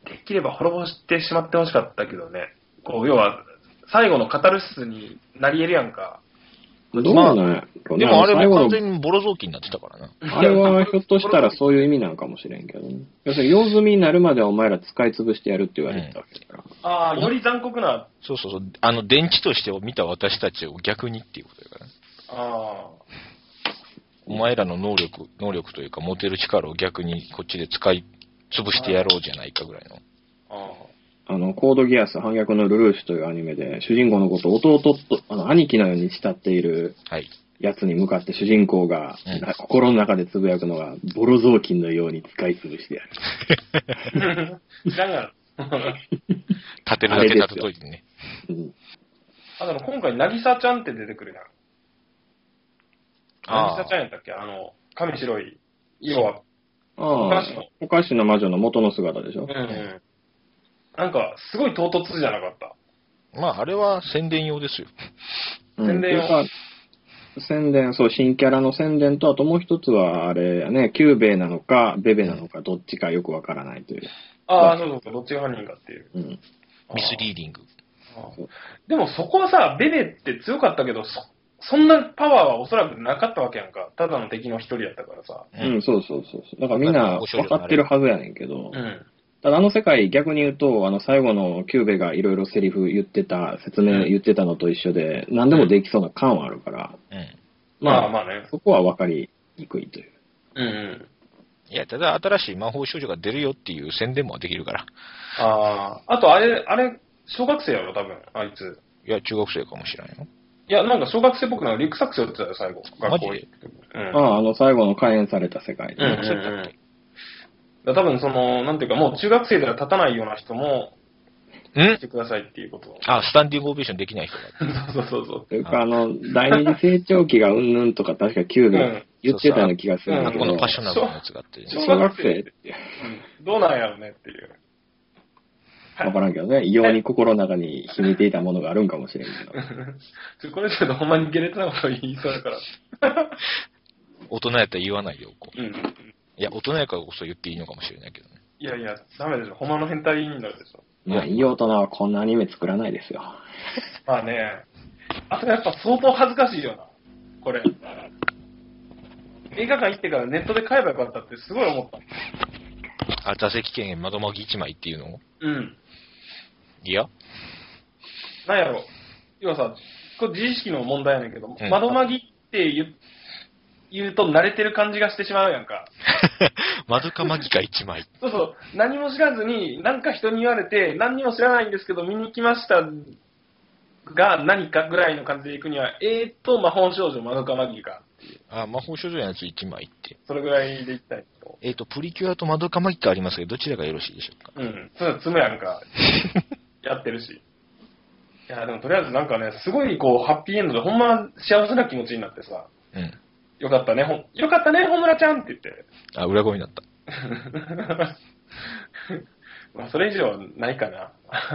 できれば滅ぼしてしまってほしかったけどね。こう、要は、最後のカタルシスになり得るやんか。 どうなんやろね。 でもあれも完全にボロ雑巾になってたからな。 あれはひょっとしたらそういう意味なんかもしれんけどね。要するに用済みになるまではお前ら使い潰してやるって言われてたわけだから。 うん、ああ、より残酷な。 そうそうそう。あの、電池として見た私たちを逆にっていうことだからね。 ああ。 お前らの能力、能力というか持てる力を逆にこっちで使い潰してやろうじゃないかぐらいの。 ああの、コードギアス反逆のルルーシュというアニメで、主人公のことを弟と、あの、兄貴のように慕っているやつに向かって主人公が、うん、心の中でつぶやくのが、ボロ雑巾のように使い潰してやる。 知らんが立てるだけ立てといてね。 うん、あ、でも今回、なぎさちゃんって出てくるやん。なぎさちゃんやったっけあの、髪白い、要は、 お菓子の。お菓子の魔女の元の姿でしょ。 うんうん。なんか、すごい唐突じゃなかった。 まあ、あれは宣伝用ですよ。 宣伝用、 うん、宣伝、そう、新キャラの宣伝と、あともう一つは、あれね、キューベイなのか、ベベなのか、どっちかよくわからないという。 ああ、そうそうそう、どっちが犯人かっていう。 うん。 ミスリーディング。 でもそこはさ、ベベって強かったけど、そ、そんなパワーはおそらくなかったわけやんか。ただの敵の一人やったからさ。 うん、そうそうそうそう。だからみんな分かってるはずやねんけど。 うん。 ただあの世界逆に言うと、あの最後のキューベがいろいろセリフ言ってた、説明言ってたのと一緒で、何でもできそうな感はあるから。 うん。 まあ、 まあまあね。 そこは分かりにくいという。 うんうん。 いや、ただ新しい魔法少女が出るよっていう宣伝もできるから。 ああ。あとあれ、あれ、小学生やろ、多分、あいつ。 いや、中学生かもしれんよ。 いや、なんか小学生っぽくなんかリュックサック背負ってたよ、最後。学校に。 うん、ああ、あの最後の開演された世界で。 うんうんうん。多分その、なんていうか、もう中学生では立たないような人も、 んしてくださいっていうことを。 あ、スタンディングオベーションできない人が。そうそうそう。 というか、あの、第二次成長期がうんぬんとか確かキューベ言ってたような気がするんだけど。 このパッショナルなやつがあって。 小学生って。 うん。どうなんやろうねっていう。 わからんけどね、異様に心の中に秘めていたものがあるんかもしれんけど。これちょっとほんまにゲレットなこと言いそうだから。 大人やったら言わないよ、こう。 うん。 いや、大人やからこそ言っていいのかもしれないけどね。 いやいや、ダメでしょ。ほんまの変態になるでしょ。 まあ、いい大人はこんなアニメ作らないですよ。 まあね。あとやっぱ相当恥ずかしいよな。これ。映画館行ってからネットで買えばよかったってすごい思った。 あ、座席券窓巻きいちまいっていうの？ うん。 いやなんやろ。要はさ、これ自意識の問題やねんけど、 うん、 窓巻きって言う、言うと慣れてる感じがしてしまうやんか。 窓か巻きがいちまい。 そうそう。何も知らずに、なんか人に言われて、何にも知らないんですけど見に来ましたが何かぐらいの感じで行くには、えーと、魔法少女窓か巻きかっていう。 あ、魔法少女のやついちまいって。 それぐらいで行きたいと。 えーと、プリキュアと窓か巻きがありますけど、どちらがよろしいでしょうか？ うん。それは積むやんか。やってるし。いや、でもとりあえずなんかね、すごいこう、ハッピーエンドで、ほんま幸せな気持ちになってさ。 うん。 よかったね、ほ、よかったね、ホムラちゃんって言って。 あ、裏声になった。 まあ、それ以上はないかな。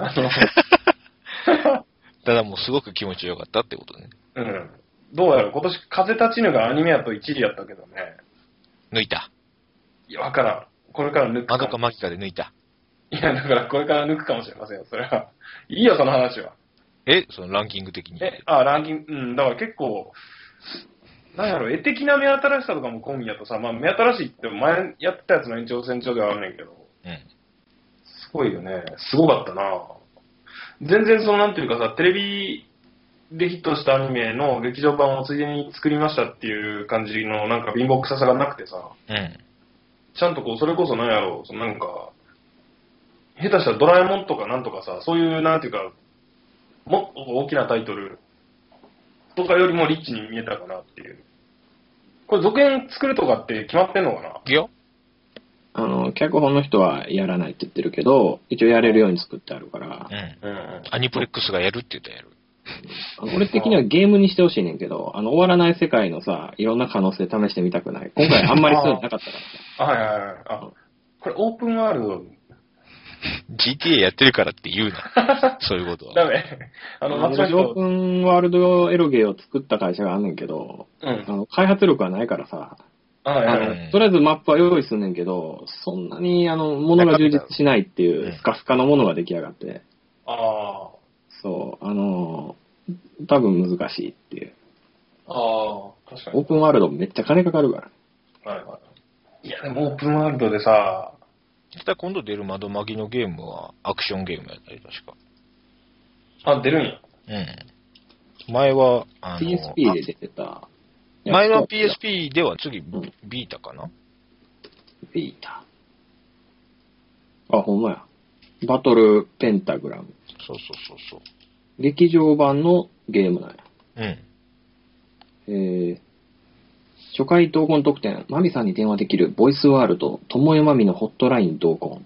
ただもうすごく気持ちよかったってことね。 うん。どうやろう、今年風立ちぬがアニメやといちいやったけどね。 抜いた。 いや、わからん。これから抜くかも。 まどかマギカで抜いた。 いや、だからこれから抜くかもしれませんよ、それは。いいよ、その話は。 え、そのランキング的に。 え、あ、ランキング、うん、だから結構、なんやろ、絵的な目新しさとかも込みやとさ、まあ目新しいって前やってたやつの延長線上ではあるねんけど、 うん。 すごいよね。すごかったな。全然そのなんていうかさ、テレビでヒットしたアニメの劇場版をついでに作りましたっていう感じのなんか貧乏臭さがなくてさ、 うん。 ちゃんとこう、それこそなんやろ、そのなんか、下手したらドラえもんとかなんとかさ、そういうなんていうか、もっと大きなタイトルとかよりもリッチに見えたかなっていう。これ続編作るとかって決まってんのかな？ いや。 あの、脚本の人はやらないって言ってるけど、一応やれるように作ってあるから。 うん。 うん。 アニプレックスがやるって言ったらやる。 あの俺的にはゲームにしてほしいねんけど、あの、終わらない世界のさ、いろんな可能性試してみたくない。今回あんまりそういうのなかったからさ。 あ、はいはいはい。あ、これオープンワールド。 ジーティーエー やってるからって言うな。そういうことは。 ダメ。あの、 あの、 間違えオープンワールドエロゲーを作った会社があんねんけど、 うんあの、開発力はないからさ、 はいはいはい。 あの、とりあえずマップは用意すんねんけど、そんなに、あの、ものが充実しないっていう、スカスカのものが出来上がって、 あそう、あの、多分難しいっていう。 あ。ああ、確かに。 オープンワールドめっちゃ金かかるから。 はいはい。いや、でもオープンワールドでさ、 実際今度出る窓マギのゲームはアクションゲームやったり確か。 あ、出るんや。 うん。前は、あの、 ピーエスピー で出てた。 前の ピーエスピー では次、 んビータかな、 ビータ。あ、ほんまや。バトルペンタグラム。 そうそうそうそう。 劇場版のゲームなんや。 うん。 えー、初回同梱特典、マミさんに電話できるボイスワールド、ともえまみのホットライン同梱。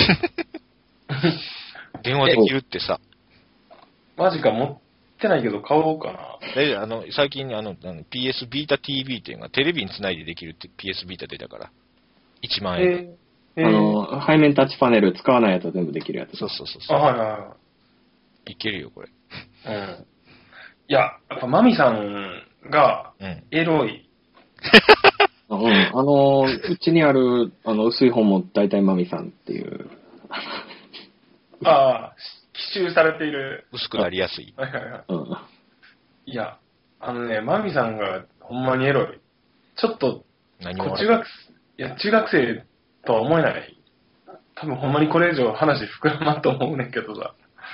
電話できるってさ。 マジか、持ってないけど買おうかな。 え、あの、最近あの、あの ピーエス ビータ ティーブイ っていうのがテレビにつないでできるって ピーエス ビータ出たから。いちまんえん。 えー、えー、 あの、背面タッチパネル使わないやつは全部できるやつ。 そうそうそうそう。 あ、はいはいはいけるよ、これ。 い。うん。いや、やっぱマミさんがうん。 エロい。 うん、あの、うちにある、あの、薄い本も大体マミさんっていう。 ああ、奇襲されている。 薄くなりやすい。 はいはいはい。 うん。 いや、あのね、マミさんがほんまにエロい。ちょっと、 何もこう中学、いや、中学生とは思えない。多分ほんまにこれ以上話膨らまんと思うねんけどさ。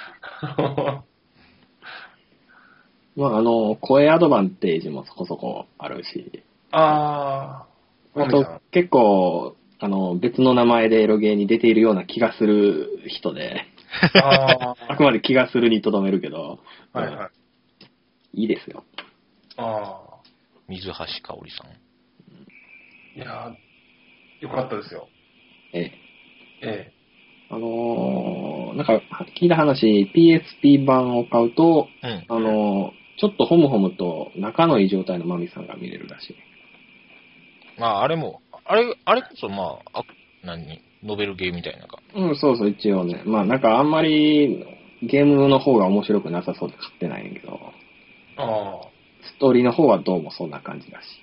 まあ、あの、声アドバンテージもそこそこあるし。 あー、マあミさんと、結構、あの、別の名前でエロゲーに出ているような気がする人で、 ああくまで気がするにとどめるけど、 ー、はいはい。 いいですよ。 あ水橋かおりさん。 ー、いやー、よかったですよ。 ええ。 えあのーなんか、聞いた話、ピーエスピー 版を買うと、 うん。 あのーちょっとホムホムと仲のいい状態のマミさんが見れるらしい。 まあ、あれも、あれ、あれこそまあ、あ何ノベルゲーみたいなか。 うん、そうそう、一応ね。まあ、なんかあんまりゲームの方が面白くなさそうで買ってないんやけど、 ー、あストーリーの方はどうもそんな感じだし。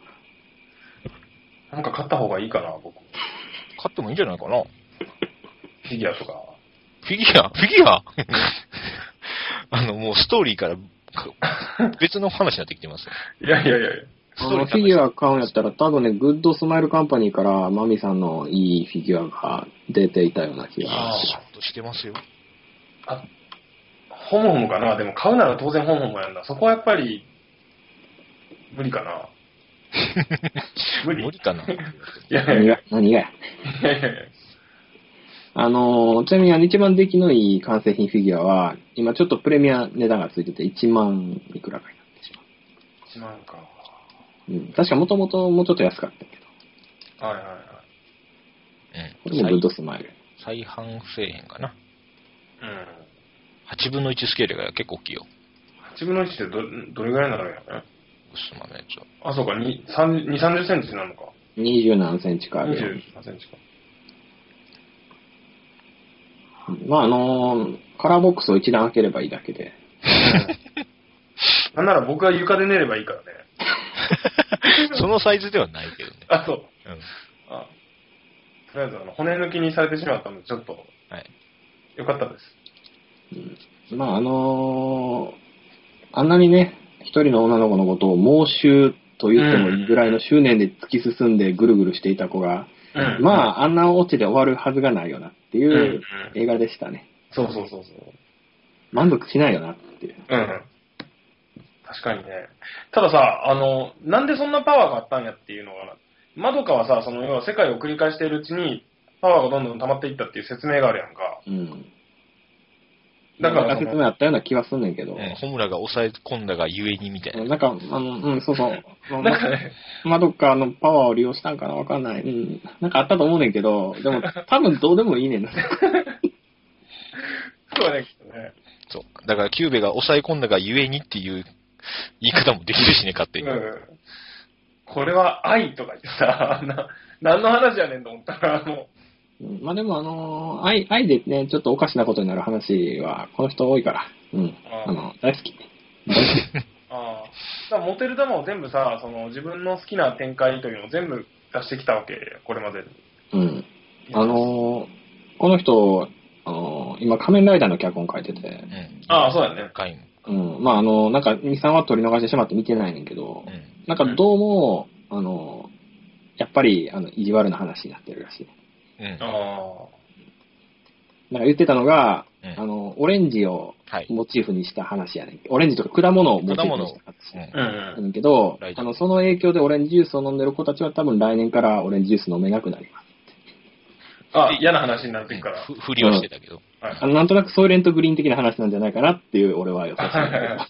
ー、なんか買った方がいいかな、僕。 買ってもいいんじゃないかな。 フィギュアとか。 フィギュアフィギュアあの、もうストーリーから別の話になってきてますよ。 いやいやいやいや。 あの、フィギュア買うんやったら多分ね、グッドスマイルカンパニーからマミさんのいいフィギュアが出ていたような気が。 あーちゃんとしてますよ。 あ、ホモホモかな。でも買うなら当然ホモホモやんだ。そこはやっぱり、無理かな。無理無理かな。 いやいやいや。 何が、何がや。 いやいやいや。 あのー、ちなみにあの一番出来のいい完成品フィギュアは、今ちょっとプレミア値段がついてていちまんいくらかになってしまいちまんか。 う。うん。確かもともともうちょっと安かったけど。 はいはいはい。 うん。 これもグッドスマイル。 再販せえへんかな。 うん。 はちぶんのいちスケールが結構大きいよ。 はちぶんのいちってど、どれぐらいになるんやね。 スマのやつは。 あ、そうか、に、さんじゅう、さんじゅっセンチなのか。 二十何センチかあるにじゅよ。 う何センチか。 まあ、あのーカラーボックスを一段開ければいいだけで。 なんなら僕は床で寝ればいいからね。 そのサイズではないけどね。 あ、そう。 うん。 あとりあえずあの骨抜きにされてしまったので、ちょっと、 はい。 よかったです。 うんまあ、あのーあんなにね、一人の女の子のことを猛襲と言ってもいいぐらいの執念で突き進んでぐるぐるしていた子が、 うん。 まあ、あんなオチで終わるはずがないよなっていううんうん映画でしたね。 そうそうそうそう。 満足しないよなっていう。 うん。確かにね。たださ、あの、なんでそんなパワーがあったんやっていうのがな、まどかはさ、その要は世界を繰り返しているうちに、パワーがどんどん溜まっていったっていう説明があるやんか。 うん。 だからそなん説明の、 あったような気はすんねんけど。 うん、ホムラが抑え込んだがゆえにみたいな。 なんか、あの、うん、そうそう。まなんかね、 まどっかのパワーを利用したんかなわかんない。うん。なんかあったと思うねんけど、でも多分どうでもいいねんな。 そうね、きっとね。 そう。だからキューベが抑え込んだがゆえにっていう言い方もできるしね、勝手に。 うん。これは愛とか言ってさ、な、何の話やねんと思ったら、もう、 うんまあでもあのー愛、愛でね、ちょっとおかしなことになる話は、この人多いから。うん。 あーあの、大好き。 ああ。だからモテる玉を全部さ、その自分の好きな展開というのを全部出してきたわけ、これまでに。 うん。あのーこの人、あのー今仮面ライダーの脚本書いてて、 うん。 ああ、そうだね。 回も。 うん。まああのーなんかに、さんわ取り逃してしまって見てないねんけど、 うん。 なんかどうも、あのーやっぱり、あの、意地悪な話になってるらしい。 うん。 あなんか言ってたのが、 うんあの、オレンジをはい。 モチーフにした話やねん。オレンジとか果物をモチーフにした話うんやあ。うんねんけどライ、トあの、その影響でオレンジジュースを飲んでる子たちは多分来年からオレンジジュース飲めなくなります。 あ、嫌な話になっていくから。 ふふりをしてたけど。 はいあの、なんとなくソイレントグリーン的な話なんじゃないかなっていう俺は予想するんだ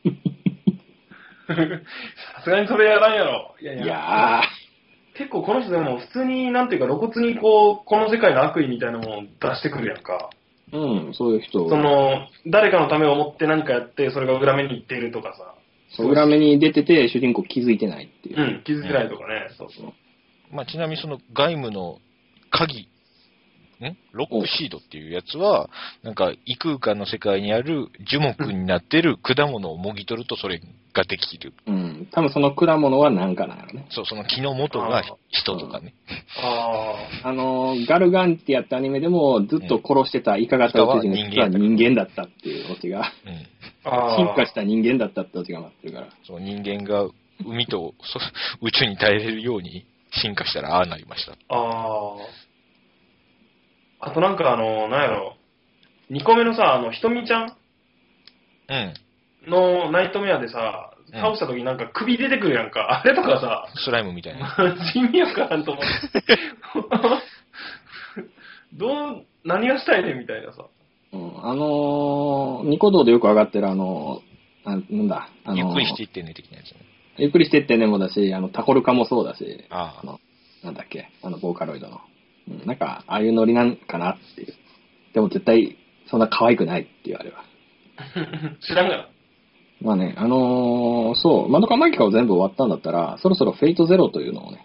さすがにそれやらんやろ。いやけど。 いや。 いや結構この人でも普通になんていうか露骨にこう、この世界の悪意みたいなものを出してくるやんか。 ー、うん、そういう人。 その、誰かのためを思って何かやって、それが裏目にいっているとかさ。 そう裏目に出てて主人公気づいてないっていうう。 ん、気づいてないとかね。そうそう。 まあ、ちなみにその外務の鍵、んロックシードっていうやつは、なんか異空間の世界にある樹木になってる果物をもぎ取るとそれができる。 うん。多分その果物は何かなんやろね。 そう、その木の元が人とかね。 ああの、ガルガンティアってアニメでもずっと殺してたイカ型宇宙人が実は人間だったっていうオチが、 うん。 あ。 進化した人間だったってオチが待ってるから。 そう、人間が海とそ宇宙に耐えれるように進化したらああなりました。 ああ。あとなんかあの、なんやろ。にこめのさ、あの、ひとみちゃんうん。 のナイトメアでさ、 うん倒した時なんか首出てくるやんか。あれとかさ、 スライムみたいな。 地味やからんと思って。どう、何がしたいねんみたいなさ。 うん、あのー、ニコ動でよく上がってるあのー、ななんだ、あのーゆっくりしていってね、的なやつね。 ゆっくりしてってねもだし、あの、タコルカもそうだし、 ああ。 あの、なんだっけ、あの、ボーカロイドの。うん、なんか、ああいうノリなんかなっていう。でも絶対、そんな可愛くないっていうあれは。 知らんがな。 まあね、あのー、そう、マドカマギカを全部終わったんだったら、そろそろフェイトゼロというのをね、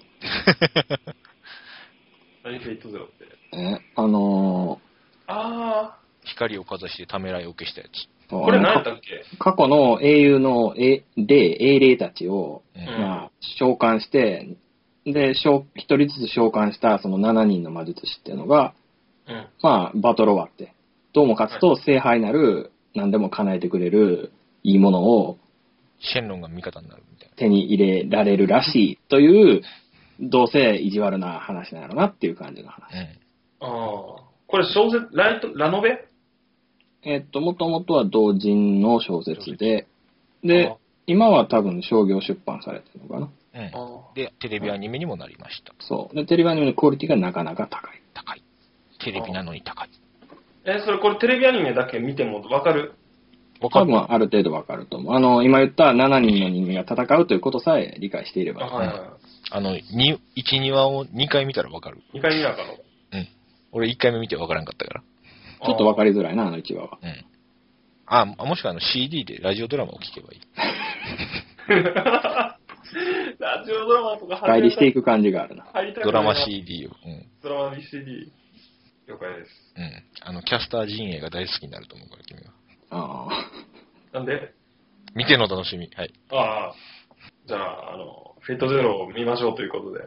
何フェイトゼロって。 えあのあ光をかざしてためらいを消したやつ。 ー、 ー、これ何やったっけ過去の英雄の英霊、英霊たちを、 うんまあ、召喚して、で、召一人ずつ召喚したそのしちにんの魔術師っていうのが、 うん。 まあ、バトル終わって、どうも勝つと聖杯なる、何でも叶えてくれるいいものをシェンロンが味方になるみたいな。 手に入れられるらしいという、どうせ意地悪な話なんやろなっていう感じの話。 うん。 ああ。これ小説、ライト、ラノベえっと、もともとは同人の小説で、であ、 今は多分商業出版されてるのかな。 うん。 あで、テレビアニメにもなりました。 そう。で、テレビアニメのクオリティがなかなか高い。 高い。テレビなのに高い。 え、それこれテレビアニメだけ見てもわかる多わかる分ある程度わかると思う。あの、今言ったしちにんの人間が戦うということさえ理解していれあ、 ば。 はいはい。 あの、にいち、にわをにかい見たらわかる。 にかい見なあかんのうん。俺いっかいめ見てわからんかったから。 ちょっとわかり。 りづらいな、あのいちわは。 うん。あ、もしくはあの シーディー でラジオドラマを聞けばいい。 ラジオドラマとか深入りしていく感じがあるな。 ドラマ シーディー を。うん。 ドラマ シーディー。了解です。 うん。あの、キャスター陣営が大好きになると思うから、君は。 ああ。なんで見ての楽しみ。はい。 ああ。じゃあ、あの、フェイトゼロを見ましょうということで。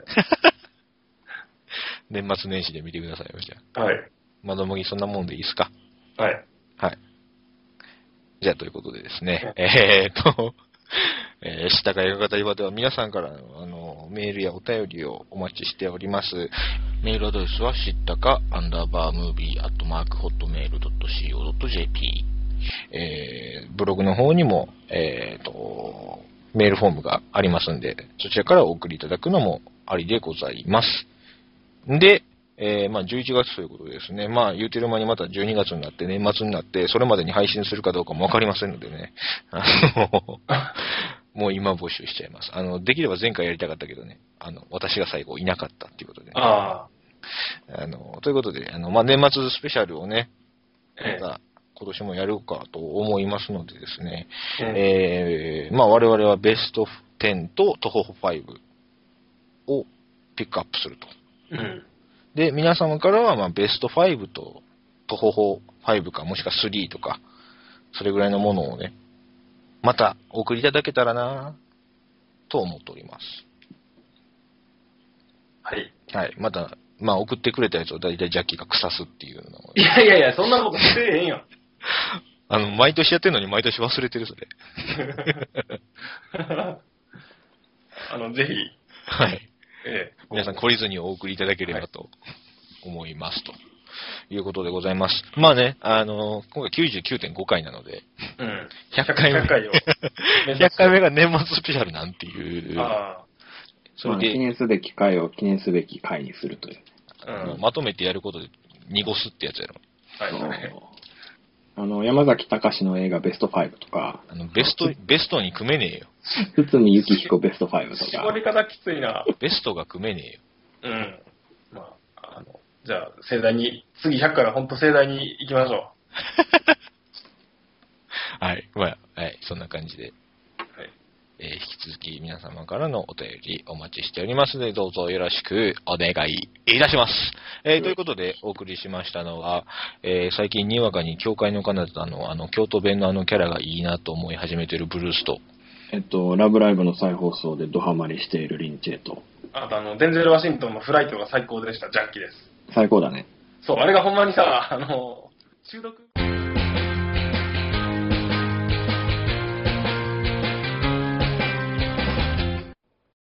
年末年始で見てくださいよ、じゃあ。 はい。 窓もぎそんなもんでいいですか？ はい。 はい。じゃあ、ということでですね。えーっと、えー、したかいがかた岩では皆さんからの、あの、メールやお便りをお待ちしております。メールアドレスは、したか、アンダーバームービー、アットマーク、ホットメールドットシーオードットジェーピー。えー、ブログの方にも、えーっと、メールフォームがありますんで、そちらからお送りいただくのもありでございます。で、えー、まあ、じゅういちがつということでですね、まあ、言うてる間にまたじゅうにがつになって、年末になって、それまでに配信するかどうかもわかりませんのでね、あの、もう今募集しちゃいます。あの、できれば前回やりたかったけどね、あの、私が最後いなかったっていうことで、ね。 ああ。あの、ということで、あの、まあ、年末スペシャルをね、 ええ、 また今年もやるかと思いますのでですね、 ええー、まあ、我々はベストじゅうとトホホファイブをピックアップすると。 うん。 で、皆様からは、まあ、ベストファイブと、トホホファイブか、もしくはスリーとか、それぐらいのものをね、またお送りいただけたらなと思っております。 はい。 はい。また、まあ、送ってくれたやつを大体ジャッキーが腐すっていうのを、 いやいやいや、そんなことしてへんよ。 あの、毎年やってんのに毎年忘れてる、それ。 あの、ぜひ。 はい。 ええ、 皆さん懲りずにお送りいただければと思います、ということでございます。まあね、あの、今回 きゅうじゅうきゅうてんご 回なので、 うん、 ひゃっかいめ。 ひゃっかいをひゃっかいめが年末スペシャルなんていう。 ああ。 それで、 まあ、記念すべき回を記念すべき回にするという。 うん、 まとめてやることで濁すってやつやろ。 はい、 あの、山崎隆の映画ベストファイブとか、 あの、ベスト、ベストに組めねえよ。 筒見幸彦ベストファイブとか。 絞り方きついな。 ベストが組めねえよ。 うん。まあ、あの、じゃあ、盛大に、次ひゃっかいは本当盛大に行きましょう。はい。まあ、はい。そんな感じで。 はい。 えー、引き続き皆様からのお便りお待ちしておりますので、どうぞよろしくお願いいたします。えー、ということで、お送りしましたのは、えー、最近にわかに教会の彼方のあの、京都弁のあのキャラがいいなと思い始めているブルースと、 えっと、ラブライブの再放送でドハマりしているリンチェと。 あとあの、デンゼル・ワシントンのフライトが最高でした、ジャッキーです。 最高だね。 そう、あれがほんまにさ、あの、中毒